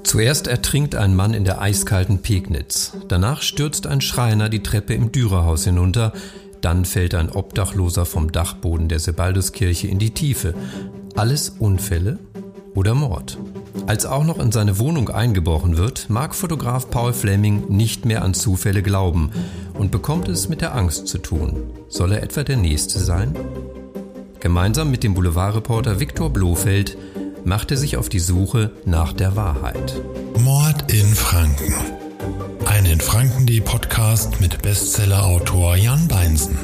Zuerst ertrinkt ein Mann in der eiskalten Pegnitz. Danach stürzt ein Schreiner die Treppe im Dürerhaus hinunter. Dann fällt ein Obdachloser vom Dachboden der Sebalduskirche in die Tiefe. Alles Unfälle oder Mord. Als auch noch in seine Wohnung eingebrochen wird, mag Fotograf Paul Fleming nicht mehr an Zufälle glauben und bekommt es mit der Angst zu tun. Soll er etwa der Nächste sein? Gemeinsam mit dem Boulevardreporter Viktor Blofeld macht er sich auf die Suche nach der Wahrheit. Mord in Franken. Ein in Franken.de Podcast mit Bestseller-Autor Jan Beinsen.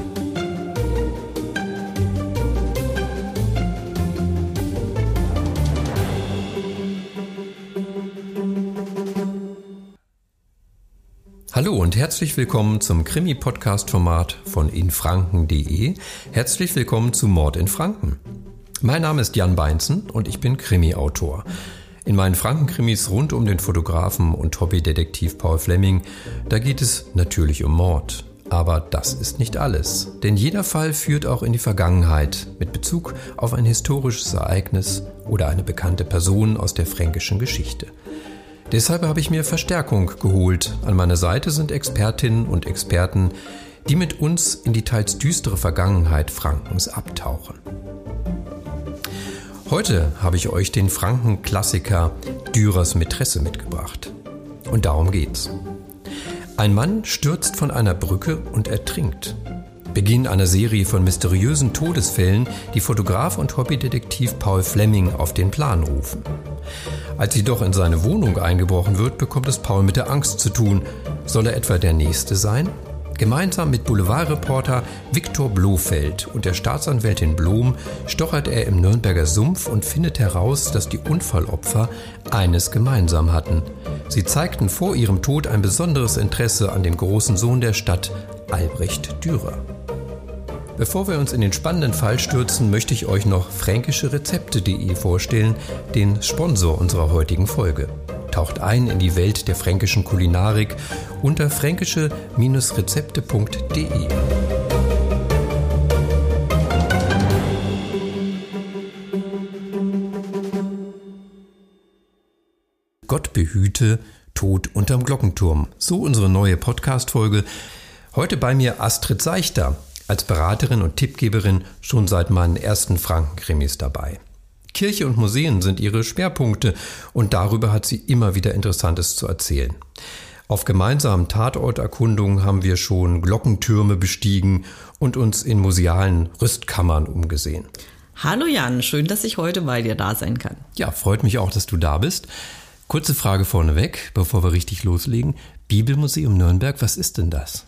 Hallo und herzlich willkommen zum Krimi-Podcast-Format von infranken.de. Herzlich willkommen zu Mord in Franken. Mein Name ist Jan Beinsen und ich bin Krimi-Autor. In meinen Franken-Krimis rund um den Fotografen und Hobbydetektiv Paul Fleming, da geht es natürlich um Mord. Aber das ist nicht alles, denn jeder Fall führt auch in die Vergangenheit mit Bezug auf ein historisches Ereignis oder eine bekannte Person aus der fränkischen Geschichte. Deshalb habe ich mir Verstärkung geholt. An meiner Seite sind Expertinnen und Experten, die mit uns in die teils düstere Vergangenheit Frankens abtauchen. Heute habe ich euch den Franken-Klassiker Dürers Mätresse mitgebracht. Und darum geht's. Ein Mann stürzt von einer Brücke und ertrinkt. Beginn einer Serie von mysteriösen Todesfällen, die Fotograf und Hobbydetektiv Paul Fleming auf den Plan rufen. Als jedoch in seine Wohnung eingebrochen wird, bekommt es Paul mit der Angst zu tun. Soll er etwa der Nächste sein? Gemeinsam mit Boulevardreporter Viktor Blofeld und der Staatsanwältin Blom stochert er im Nürnberger Sumpf und findet heraus, dass die Unfallopfer eines gemeinsam hatten. Sie zeigten vor ihrem Tod ein besonderes Interesse an dem großen Sohn der Stadt, Albrecht Dürer. Bevor wir uns in den spannenden Fall stürzen, möchte ich euch noch fränkischerezepte.de vorstellen, den Sponsor unserer heutigen Folge. Taucht ein in die Welt der fränkischen Kulinarik unter fränkische-rezepte.de. Gott behüte, Tod unterm Glockenturm. So unsere neue Podcast-Folge. Heute bei mir Astrid Seichter, als Beraterin und Tippgeberin schon seit meinen ersten Franken-Krimis dabei. Kirche und Museen sind ihre Schwerpunkte und darüber hat sie immer wieder Interessantes zu erzählen. Auf gemeinsamen Tatorterkundungen haben wir schon Glockentürme bestiegen und uns in musealen Rüstkammern umgesehen. Hallo Jan, schön, dass ich heute bei dir da sein kann. Ja, freut mich auch, dass du da bist. Kurze Frage vorneweg, bevor wir richtig loslegen. Bibelmuseum Nürnberg, was ist denn das?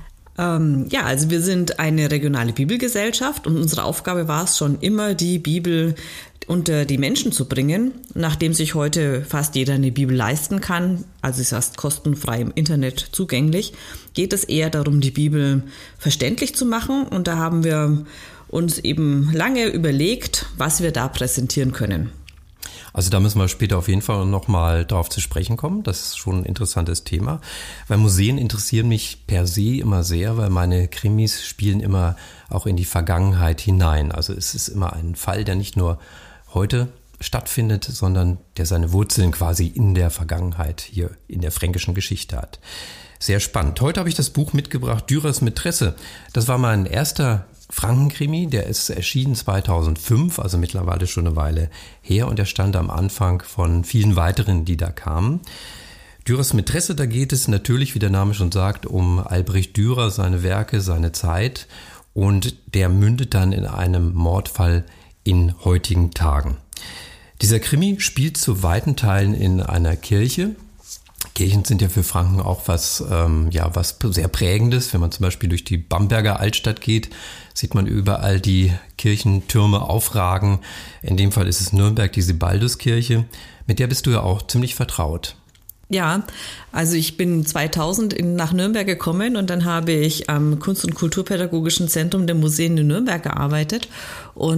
Also wir sind eine regionale Bibelgesellschaft und unsere Aufgabe war es schon immer, die Bibel unter die Menschen zu bringen. Nachdem sich heute fast jeder eine Bibel leisten kann, also ist fast kostenfrei im Internet zugänglich, geht es eher darum, die Bibel verständlich zu machen. Und da haben wir uns eben lange überlegt, was wir da präsentieren können. Also da müssen wir später auf jeden Fall nochmal drauf zu sprechen kommen. Das ist schon ein interessantes Thema. Weil Museen interessieren mich per se immer sehr, weil meine Krimis spielen immer auch in die Vergangenheit hinein. Also es ist immer ein Fall, der nicht nur heute stattfindet, sondern der seine Wurzeln quasi in der Vergangenheit hier in der fränkischen Geschichte hat. Sehr spannend. Heute habe ich das Buch mitgebracht, Dürers Mätresse. Das war mein erster Frankenkrimi, der ist erschienen 2005, also mittlerweile schon eine Weile her und er stand am Anfang von vielen weiteren, die da kamen. Dürers Mätresse, da geht es natürlich, wie der Name schon sagt, um Albrecht Dürer, seine Werke, seine Zeit und der mündet dann in einem Mordfall in heutigen Tagen. Dieser Krimi spielt zu weiten Teilen in einer Kirche. Kirchen sind ja für Franken auch was sehr Prägendes. Wenn man zum Beispiel durch die Bamberger Altstadt geht, sieht man überall die Kirchentürme aufragen. In dem Fall ist es Nürnberg, die Sebalduskirche. Mit der bist du ja auch ziemlich vertraut. Ja, also ich bin 2000 nach Nürnberg gekommen und dann habe ich am Kunst- und Kulturpädagogischen Zentrum der Museen in Nürnberg gearbeitet. Und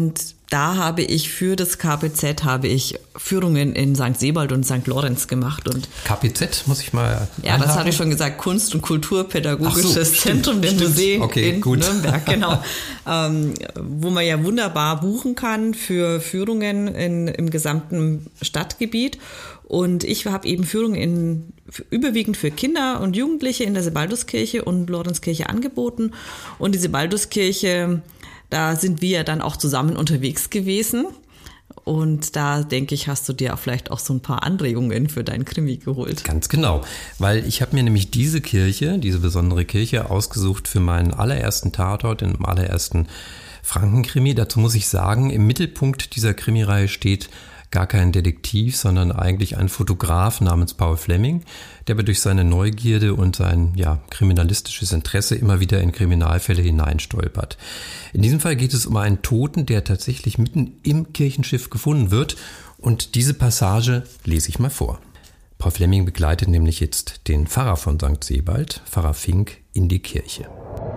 da habe ich für das KPZ Führungen in St. Sebald und St. Lorenz gemacht. Und KPZ muss ich mal ja, das hatte ich schon gesagt, Kunst- und Kulturpädagogisches Zentrum der Museen in Nürnberg, genau. Wo man ja wunderbar buchen kann für Führungen im gesamten Stadtgebiet. Und ich habe eben Führungen überwiegend für Kinder und Jugendliche in der Sebalduskirche und Lorenzkirche angeboten. Und die Sebalduskirche, da sind wir ja dann auch zusammen unterwegs gewesen. Und da, denke ich, hast du dir auch vielleicht auch so ein paar Anregungen für dein Krimi geholt. Ganz genau, weil ich habe mir nämlich diese besondere Kirche ausgesucht für meinen allerersten Tatort, in meinem allerersten Frankenkrimi. Dazu muss ich sagen, im Mittelpunkt dieser Krimireihe steht gar kein Detektiv, sondern eigentlich ein Fotograf namens Paul Flemming, der aber durch seine Neugierde und sein kriminalistisches Interesse immer wieder in Kriminalfälle hineinstolpert. In diesem Fall geht es um einen Toten, der tatsächlich mitten im Kirchenschiff gefunden wird, und diese Passage lese ich mal vor. Paul Flemming begleitet nämlich jetzt den Pfarrer von St. Sebald, Pfarrer Fink, in die Kirche.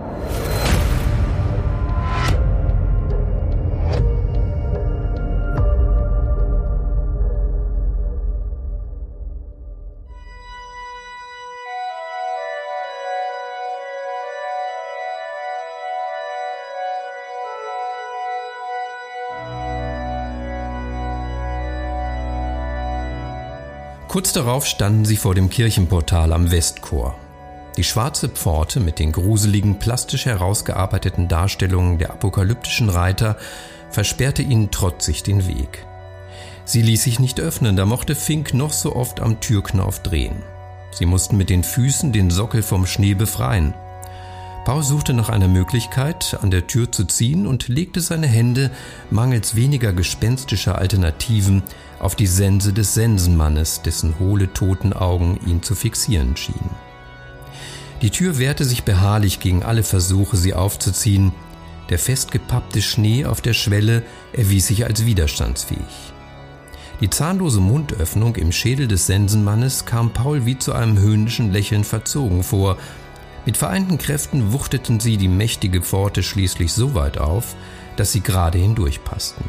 Kurz darauf standen sie vor dem Kirchenportal am Westchor. Die schwarze Pforte mit den gruseligen, plastisch herausgearbeiteten Darstellungen der apokalyptischen Reiter versperrte ihnen trotzig den Weg. Sie ließ sich nicht öffnen, da mochte Fink noch so oft am Türknauf drehen. Sie mussten mit den Füßen den Sockel vom Schnee befreien. Paul suchte nach einer Möglichkeit, an der Tür zu ziehen, und legte seine Hände, mangels weniger gespenstischer Alternativen, auf die Sense des Sensenmannes, dessen hohle Totenaugen ihn zu fixieren schienen. Die Tür wehrte sich beharrlich gegen alle Versuche, sie aufzuziehen. Der festgepappte Schnee auf der Schwelle erwies sich als widerstandsfähig. Die zahnlose Mundöffnung im Schädel des Sensenmannes kam Paul wie zu einem höhnischen Lächeln verzogen vor. Mit vereinten Kräften wuchteten sie die mächtige Pforte schließlich so weit auf, dass sie gerade hindurchpassten.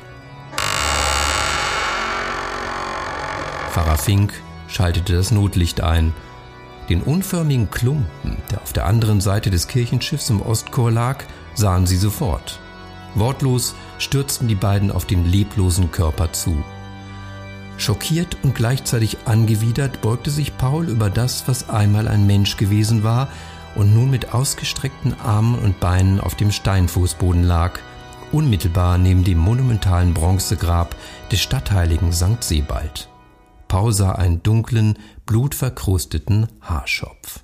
Pfarrer Fink schaltete das Notlicht ein. Den unförmigen Klumpen, der auf der anderen Seite des Kirchenschiffs im Ostchor lag, sahen sie sofort. Wortlos stürzten die beiden auf den leblosen Körper zu. Schockiert und gleichzeitig angewidert beugte sich Paul über das, was einmal ein Mensch gewesen war und nun mit ausgestreckten Armen und Beinen auf dem Steinfußboden lag, unmittelbar neben dem monumentalen Bronzegrab des Stadtheiligen St. Sebald. Paul sah einen dunklen, blutverkrusteten Haarschopf.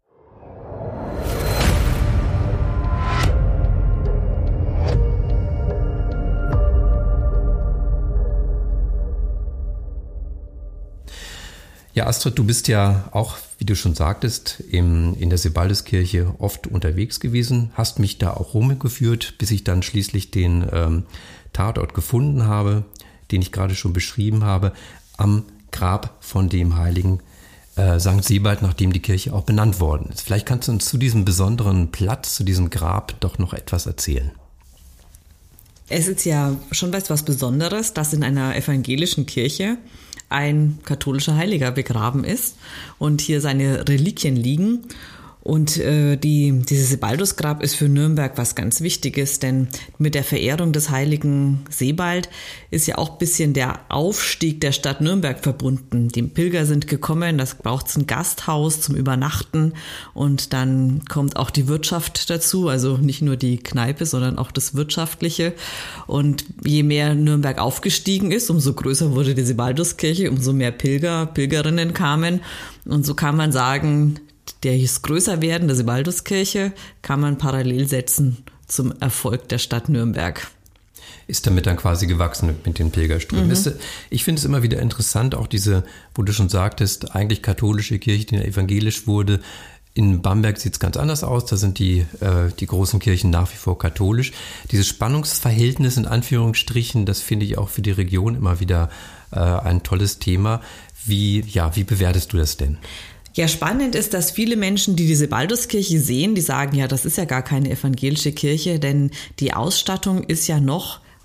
Ja, Astrid, du bist ja auch, wie du schon sagtest, in der Sebalduskirche oft unterwegs gewesen, hast mich da auch rumgeführt, bis ich dann schließlich den Tatort gefunden habe, den ich gerade schon beschrieben habe, am Grab von dem heiligen St. Sebald, nachdem die Kirche auch benannt worden ist. Vielleicht kannst du uns zu diesem besonderen Platz, zu diesem Grab doch noch etwas erzählen. Es ist ja schon was Besonderes, dass in einer evangelischen Kirche ein katholischer Heiliger begraben ist und hier seine Reliquien liegen. Und dieses Sebaldusgrab ist für Nürnberg was ganz Wichtiges, denn mit der Verehrung des heiligen Sebald ist ja auch ein bisschen der Aufstieg der Stadt Nürnberg verbunden. Die Pilger sind gekommen, das braucht ein Gasthaus zum Übernachten, und dann kommt auch die Wirtschaft dazu, also nicht nur die Kneipe, sondern auch das Wirtschaftliche. Und je mehr Nürnberg aufgestiegen ist, umso größer wurde die Sebalduskirche, umso mehr Pilgerinnen kamen, und so kann man sagen, das Größerwerden der Sebalduskirche kann man parallel setzen zum Erfolg der Stadt Nürnberg. Ist damit dann quasi gewachsen mit den Pilgerströmen. Ich finde es immer wieder interessant, auch diese, wo du schon sagtest, eigentlich katholische Kirche, die evangelisch wurde. In Bamberg sieht es ganz anders aus, da sind die großen Kirchen nach wie vor katholisch. Dieses Spannungsverhältnis in Anführungsstrichen, das finde ich auch für die Region immer wieder ein tolles Thema. Wie bewertest du das denn? Ja, spannend ist, dass viele Menschen, die Sebalduskirche sehen, die sagen, ja, das ist ja gar keine evangelische Kirche, denn die Ausstattung ist ja noch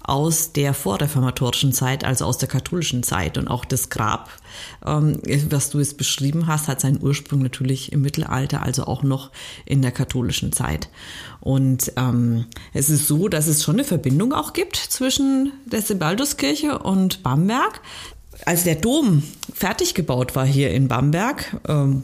aus der vorreformatorischen Zeit, also aus der katholischen Zeit. Und auch das Grab, was du jetzt beschrieben hast, hat seinen Ursprung natürlich im Mittelalter, also auch noch in der katholischen Zeit. Und es ist so, dass es schon eine Verbindung auch gibt zwischen der Sebalduskirche und Bamberg. Als der Dom fertig gebaut war hier in Bamberg,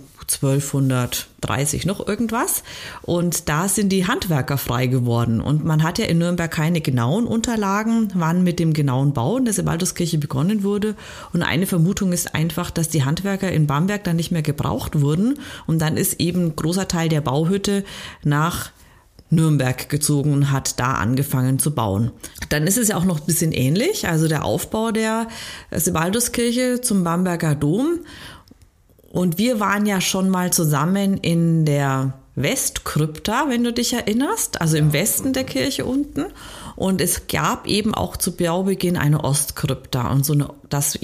1230 noch irgendwas. Und da sind die Handwerker frei geworden. Und man hat ja in Nürnberg keine genauen Unterlagen, wann mit dem genauen Bau in der Sebalduskirche begonnen wurde. Und eine Vermutung ist einfach, dass die Handwerker in Bamberg dann nicht mehr gebraucht wurden. Und dann ist eben ein großer Teil der Bauhütte nach Nürnberg gezogen und hat da angefangen zu bauen. Dann ist es ja auch noch ein bisschen ähnlich, also der Aufbau der Sebalduskirche zum Bamberger Dom. Und wir waren ja schon mal zusammen in der Westkrypta, wenn du dich erinnerst, also im Westen der Kirche unten. Und es gab eben auch zu Baubeginn eine Ostkrypta und dass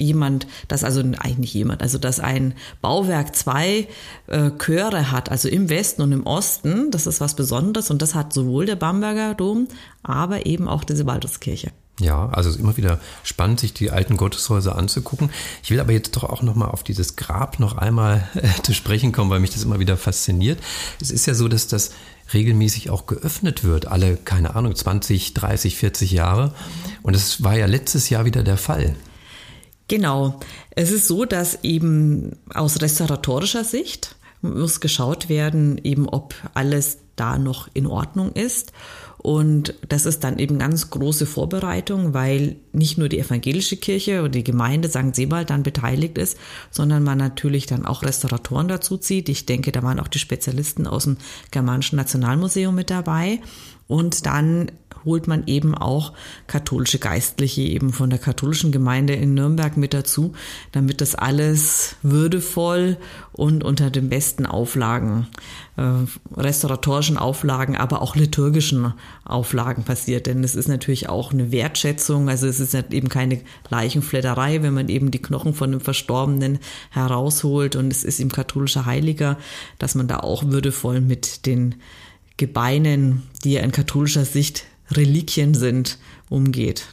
ein Bauwerk 2 Chöre hat, also im Westen und im Osten, das ist was Besonderes und das hat sowohl der Bamberger Dom, aber eben auch die Sebalduskirche. Ja, also es ist immer wieder spannend, sich die alten Gotteshäuser anzugucken. Ich will aber jetzt doch auch nochmal auf dieses Grab noch einmal zu sprechen kommen, weil mich das immer wieder fasziniert. Es ist ja so, dass das regelmäßig auch geöffnet wird, alle, 20, 30, 40 Jahre. Und das war ja letztes Jahr wieder der Fall. Genau. Es ist so, dass eben aus restauratorischer Sicht muss geschaut werden, eben ob alles da noch in Ordnung ist. Und das ist dann eben ganz große Vorbereitung, weil nicht nur die evangelische Kirche oder die Gemeinde St. Sebald dann beteiligt ist, sondern man natürlich dann auch Restauratoren dazu zieht. Ich denke, da waren auch die Spezialisten aus dem Germanischen Nationalmuseum mit dabei. Und dann holt man eben auch katholische Geistliche eben von der katholischen Gemeinde in Nürnberg mit dazu, damit das alles würdevoll und unter den besten Auflagen, restauratorischen Auflagen, aber auch liturgischen Auflagen passiert. Denn es ist natürlich auch eine Wertschätzung, also es ist eben keine Leichenfledderei, wenn man eben die Knochen von dem Verstorbenen herausholt und es ist ihm katholischer Heiliger, dass man da auch würdevoll mit den Gebeinen, die ja in katholischer Sicht Reliquien sind, umgeht.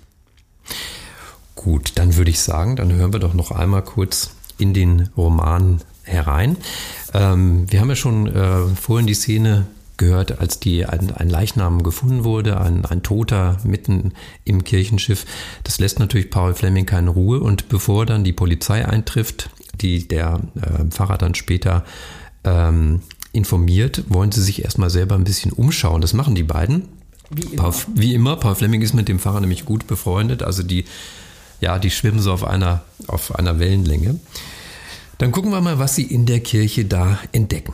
Gut, dann würde ich sagen, dann hören wir doch noch einmal kurz in den Roman herein. Wir haben ja schon vorhin die Szene gehört, als ein Leichnam gefunden wurde, ein Toter mitten im Kirchenschiff. Das lässt natürlich Paul Fleming keine Ruhe und bevor dann die Polizei eintrifft, die der Pfarrer dann später informiert, wollen sie sich erstmal selber ein bisschen umschauen. Das machen die beiden. Wie immer. Paul Fleming ist mit dem Pfarrer nämlich gut befreundet. Also die schwimmen so auf einer Wellenlänge. Dann gucken wir mal, was sie in der Kirche da entdecken.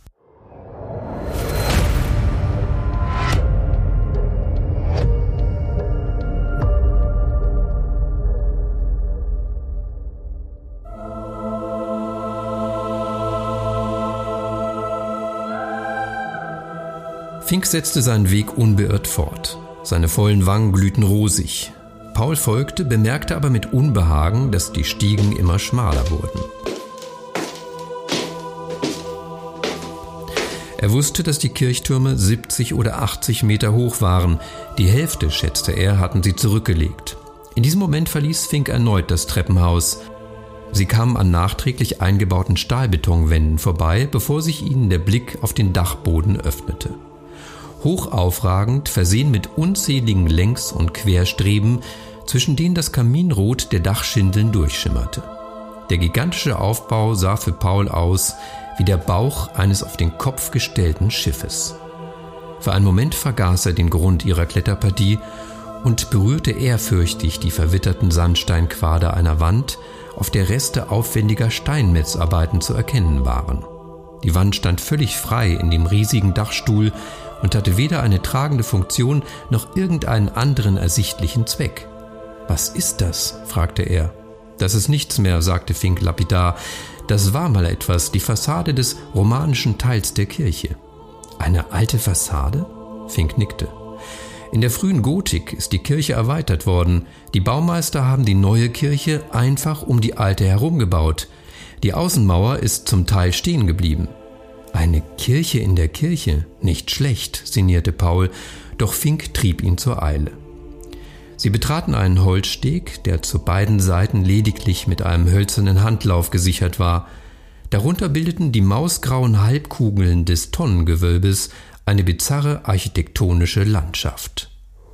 Fink setzte seinen Weg unbeirrt fort. Seine vollen Wangen glühten rosig. Paul folgte, bemerkte aber mit Unbehagen, dass die Stiegen immer schmaler wurden. Er wusste, dass die Kirchtürme 70 oder 80 Meter hoch waren. Die Hälfte, schätzte er, hatten sie zurückgelegt. In diesem Moment verließ Fink erneut das Treppenhaus. Sie kamen an nachträglich eingebauten Stahlbetonwänden vorbei, bevor sich ihnen der Blick auf den Dachboden öffnete. Hochaufragend, versehen mit unzähligen Längs- und Querstreben, zwischen denen das Kaminrot der Dachschindeln durchschimmerte. Der gigantische Aufbau sah für Paul aus wie der Bauch eines auf den Kopf gestellten Schiffes. Für einen Moment vergaß er den Grund ihrer Kletterpartie und berührte ehrfürchtig die verwitterten Sandsteinquader einer Wand, auf der Reste aufwendiger Steinmetzarbeiten zu erkennen waren. Die Wand stand völlig frei in dem riesigen Dachstuhl und hatte weder eine tragende Funktion noch irgendeinen anderen ersichtlichen Zweck. »Was ist das?« fragte er. »Das ist nichts mehr«, sagte Fink lapidar. »Das war mal etwas, die Fassade des romanischen Teils der Kirche.« »Eine alte Fassade?« Fink nickte. »In der frühen Gotik ist die Kirche erweitert worden. Die Baumeister haben die neue Kirche einfach um die alte herum gebaut. Die Außenmauer ist zum Teil stehen geblieben.« »Eine Kirche in der Kirche? Nicht schlecht«, sinnierte Paul, doch Fink trieb ihn zur Eile. Sie betraten einen Holzsteg, der zu beiden Seiten lediglich mit einem hölzernen Handlauf gesichert war. Darunter bildeten die mausgrauen Halbkugeln des Tonnengewölbes eine bizarre architektonische Landschaft.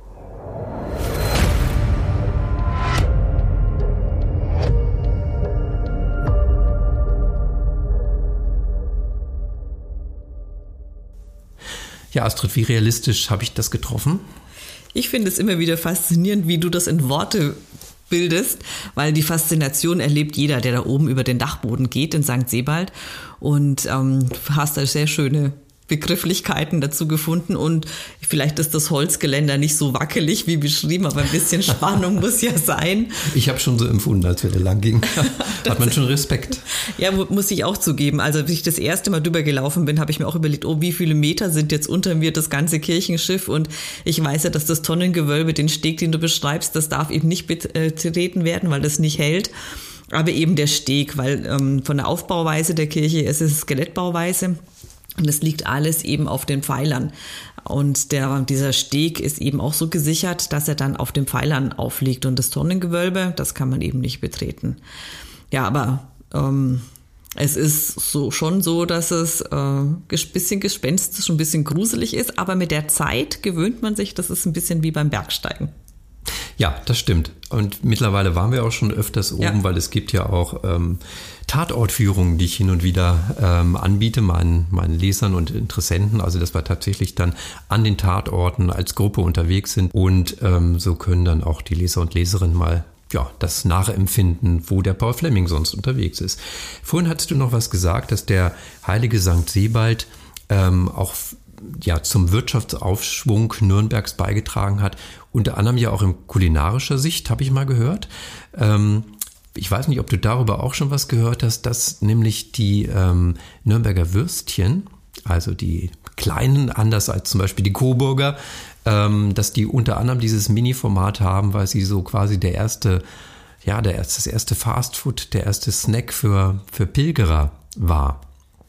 Ja, Astrid, wie realistisch habe ich das getroffen? Ich finde es immer wieder faszinierend, wie du das in Worte bildest, weil die Faszination erlebt jeder, der da oben über den Dachboden geht in St. Sebald, und hast da sehr schöne Begrifflichkeiten dazu gefunden, und vielleicht ist das Holzgeländer nicht so wackelig wie beschrieben, aber ein bisschen Spannung muss ja sein. Ich habe schon so empfunden, als wir da lang gingen. Hat man schon Respekt. Ja, muss ich auch zugeben. Also als ich das erste Mal drüber gelaufen bin, habe ich mir auch überlegt, oh, wie viele Meter sind jetzt unter mir das ganze Kirchenschiff, und ich weiß ja, dass das Tonnengewölbe, den Steg, den du beschreibst, das darf eben nicht betreten werden, weil das nicht hält. Aber eben der Steg, weil von der Aufbauweise der Kirche ist es Skelettbauweise. Und es liegt alles eben auf den Pfeilern. Und dieser Steg ist eben auch so gesichert, dass er dann auf den Pfeilern aufliegt. Und das Tonnengewölbe, das kann man eben nicht betreten. Ja, aber es ist schon so, dass es ein bisschen gespenstisch, ein bisschen gruselig ist. Aber mit der Zeit gewöhnt man sich, das ist ein bisschen wie beim Bergsteigen. Ja, das stimmt. Und mittlerweile waren wir auch schon öfters oben, weil es gibt ja auch Tatortführungen, die ich hin und wieder anbiete, meinen Lesern und Interessenten. Also dass wir tatsächlich dann an den Tatorten als Gruppe unterwegs sind. Und so können dann auch die Leser und Leserinnen mal das nachempfinden, wo der Paul Fleming sonst unterwegs ist. Vorhin hattest du noch was gesagt, dass der heilige St. Sebald auch zum Wirtschaftsaufschwung Nürnbergs beigetragen hat, unter anderem ja auch in kulinarischer Sicht, habe ich mal gehört. Ich weiß nicht, ob du darüber auch schon was gehört hast, dass nämlich die Nürnberger Würstchen, also die kleinen, anders als zum Beispiel die Coburger, dass die unter anderem dieses Mini-Format haben, weil sie so quasi das erste Fastfood, der erste Snack für Pilgerer war.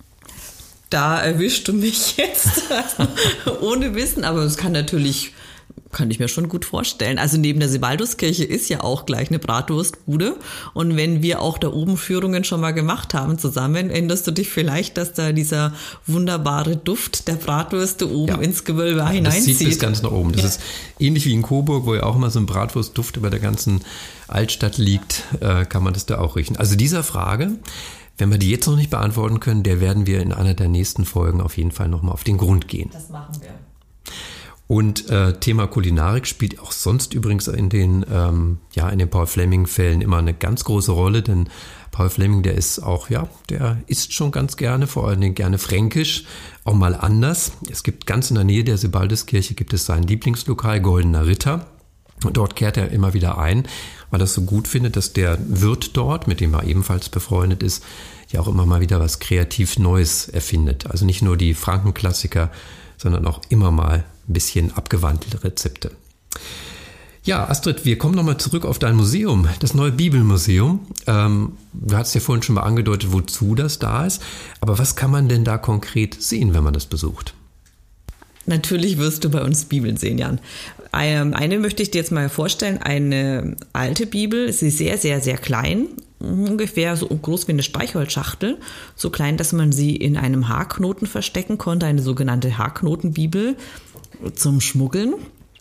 Da erwischst du mich jetzt ohne Wissen, aber es kann ich mir schon gut vorstellen. Also neben der Sebalduskirche ist ja auch gleich eine Bratwurstbude, und wenn wir auch da oben Führungen schon mal gemacht haben zusammen, erinnerst du dich vielleicht, dass da dieser wunderbare Duft der Bratwürste oben ins Gewölbe hineinzieht? Das zieht bis ganz nach oben. Das ist ähnlich wie in Coburg, wo ja auch immer so ein Bratwurstduft über der ganzen Altstadt liegt, kann man das da auch riechen. Also dieser Frage, wenn wir die jetzt noch nicht beantworten können, der werden wir in einer der nächsten Folgen auf jeden Fall nochmal auf den Grund gehen. Das machen wir. Und Thema Kulinarik spielt auch sonst übrigens in den Paul Fleming-Fällen immer eine ganz große Rolle, denn Paul Fleming, der ist auch, der isst schon ganz gerne, vor allen Dingen gerne fränkisch, auch mal anders. Es gibt ganz in der Nähe der Sebalduskirche gibt es sein Lieblingslokal Goldener Ritter. Und dort kehrt er immer wieder ein, weil er es so gut findet, dass der Wirt dort, mit dem er ebenfalls befreundet ist, ja auch immer mal wieder was kreativ Neues erfindet. Also nicht nur die Frankenklassiker, sondern auch immer mal ein bisschen abgewandelte Rezepte. Ja, Astrid, wir kommen nochmal zurück auf dein Museum, das neue Bibelmuseum. Du hast ja vorhin schon mal angedeutet, wozu das da ist. Aber was kann man denn da konkret sehen, wenn man das besucht? Natürlich wirst du bei uns Bibeln sehen, Jan. Eine möchte ich dir jetzt mal vorstellen, eine alte Bibel. Sie ist sehr, sehr, sehr klein, ungefähr so groß wie eine Streichholzschachtel, so klein, dass man sie in einem Haarknoten verstecken konnte, eine sogenannte Haarknotenbibel zum Schmuggeln.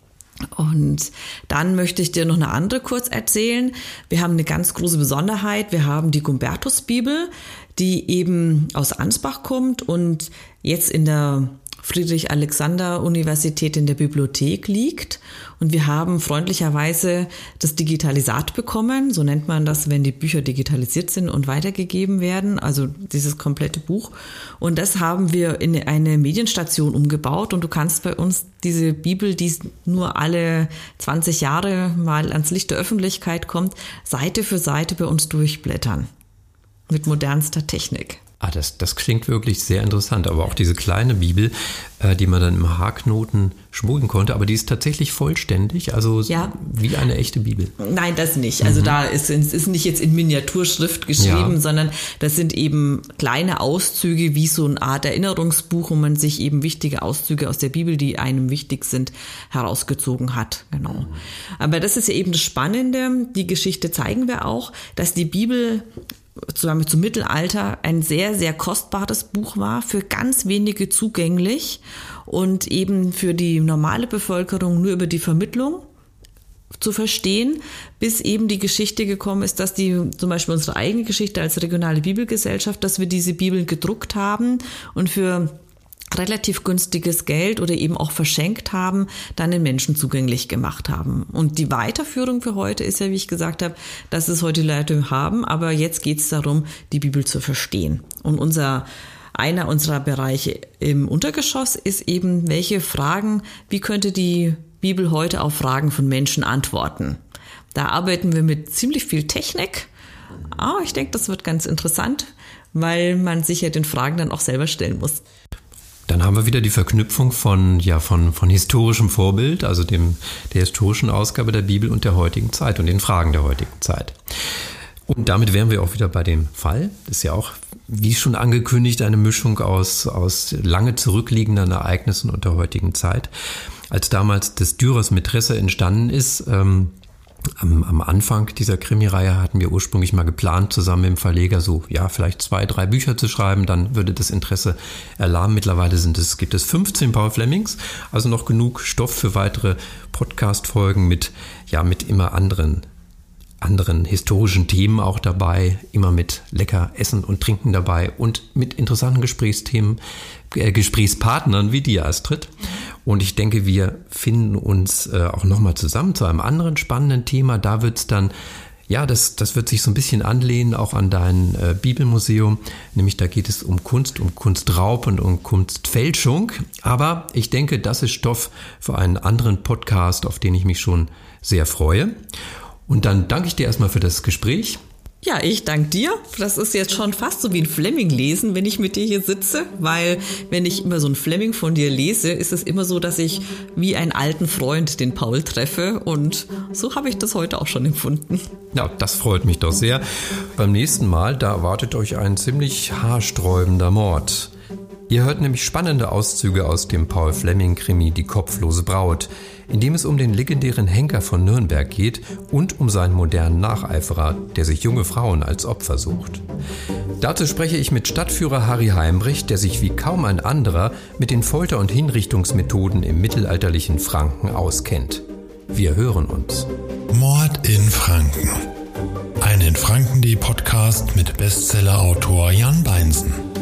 Und dann möchte ich dir noch eine andere kurz erzählen. Wir haben eine ganz große Besonderheit. Wir haben die Gumbertus-Bibel, die eben aus Ansbach kommt und jetzt in der Friedrich-Alexander-Universität in der Bibliothek liegt. Und wir haben freundlicherweise das Digitalisat bekommen, so nennt man das, wenn die Bücher digitalisiert sind und weitergegeben werden, also dieses komplette Buch. Und das haben wir in eine Medienstation umgebaut, und du kannst bei uns diese Bibel, die nur alle 20 Jahre mal ans Licht der Öffentlichkeit kommt, Seite für Seite bei uns durchblättern. Mit modernster Technik. Das klingt wirklich sehr interessant. Aber auch diese kleine Bibel, die man dann im Haarknoten schmuggeln konnte, aber die ist tatsächlich vollständig, also wie eine echte Bibel. Nein, das nicht. Also da ist nicht jetzt in Miniaturschrift geschrieben, sondern das sind eben kleine Auszüge, wie so eine Art Erinnerungsbuch, wo man sich eben wichtige Auszüge aus der Bibel, die einem wichtig sind, herausgezogen hat. Genau. Aber das ist ja eben das Spannende. Die Geschichte zeigen wir auch, dass die Bibel zusammen zum Mittelalter ein sehr, sehr kostbares Buch war, für ganz wenige zugänglich und eben für die normale Bevölkerung nur über die Vermittlung zu verstehen, bis eben die Geschichte gekommen ist, dass zum Beispiel unsere eigene Geschichte als regionale Bibelgesellschaft, dass wir diese Bibeln gedruckt haben und für relativ günstiges Geld oder eben auch verschenkt haben, dann den Menschen zugänglich gemacht haben. Und die Weiterführung für heute ist ja, wie ich gesagt habe, dass es heute Leute haben, aber jetzt geht es darum, die Bibel zu verstehen. Und einer unserer Bereiche im Untergeschoss ist eben, welche Fragen, wie könnte die Bibel heute auf Fragen von Menschen antworten? Da arbeiten wir mit ziemlich viel Technik. Ich denke, das wird ganz interessant, weil man sich ja den Fragen dann auch selber stellen muss. Dann haben wir wieder die Verknüpfung von historischem Vorbild, also der historischen Ausgabe der Bibel und der heutigen Zeit und den Fragen der heutigen Zeit. Und damit wären wir auch wieder bei dem Fall. Das ist ja auch, wie schon angekündigt, eine Mischung aus lange zurückliegenden Ereignissen und der heutigen Zeit. Als damals das Dürers Mätresse entstanden ist, am Anfang dieser Krimireihe hatten wir ursprünglich mal geplant, zusammen mit dem Verleger vielleicht 2, 3 Bücher zu schreiben, dann würde das Interesse erlahmen. Mittlerweile gibt es 15 Paul Flemings, also noch genug Stoff für weitere Podcast-Folgen mit immer anderen historischen Themen auch dabei, immer mit lecker Essen und Trinken dabei und mit interessanten Gesprächspartnern wie dir, Astrid. Und ich denke, wir finden uns auch nochmal zusammen zu einem anderen spannenden Thema. Da wird es dann, das wird sich so ein bisschen anlehnen, auch an dein Bibelmuseum. Nämlich da geht es um Kunstraub und um Kunstfälschung. Aber ich denke, das ist Stoff für einen anderen Podcast, auf den ich mich schon sehr freue. Und dann danke ich dir erstmal für das Gespräch. Ja, ich danke dir. Das ist jetzt schon fast so wie ein Fleming lesen, wenn ich mit dir hier sitze, weil wenn ich immer so ein Fleming von dir lese, ist es immer so, dass ich wie einen alten Freund den Paul treffe und so habe ich das heute auch schon empfunden. Ja, das freut mich doch sehr. Beim nächsten Mal, da erwartet euch ein ziemlich haarsträubender Mord. Ihr hört nämlich spannende Auszüge aus dem Paul Fleming-Krimi Die kopflose Braut, in dem es um den legendären Henker von Nürnberg geht und um seinen modernen Nacheiferer, der sich junge Frauen als Opfer sucht. Dazu spreche ich mit Stadtführer Harry Heimrich, der sich wie kaum ein anderer mit den Folter- und Hinrichtungsmethoden im mittelalterlichen Franken auskennt. Wir hören uns. Mord in Franken. Ein in Franken.de Podcast mit Bestsellerautor Jan Beinsen.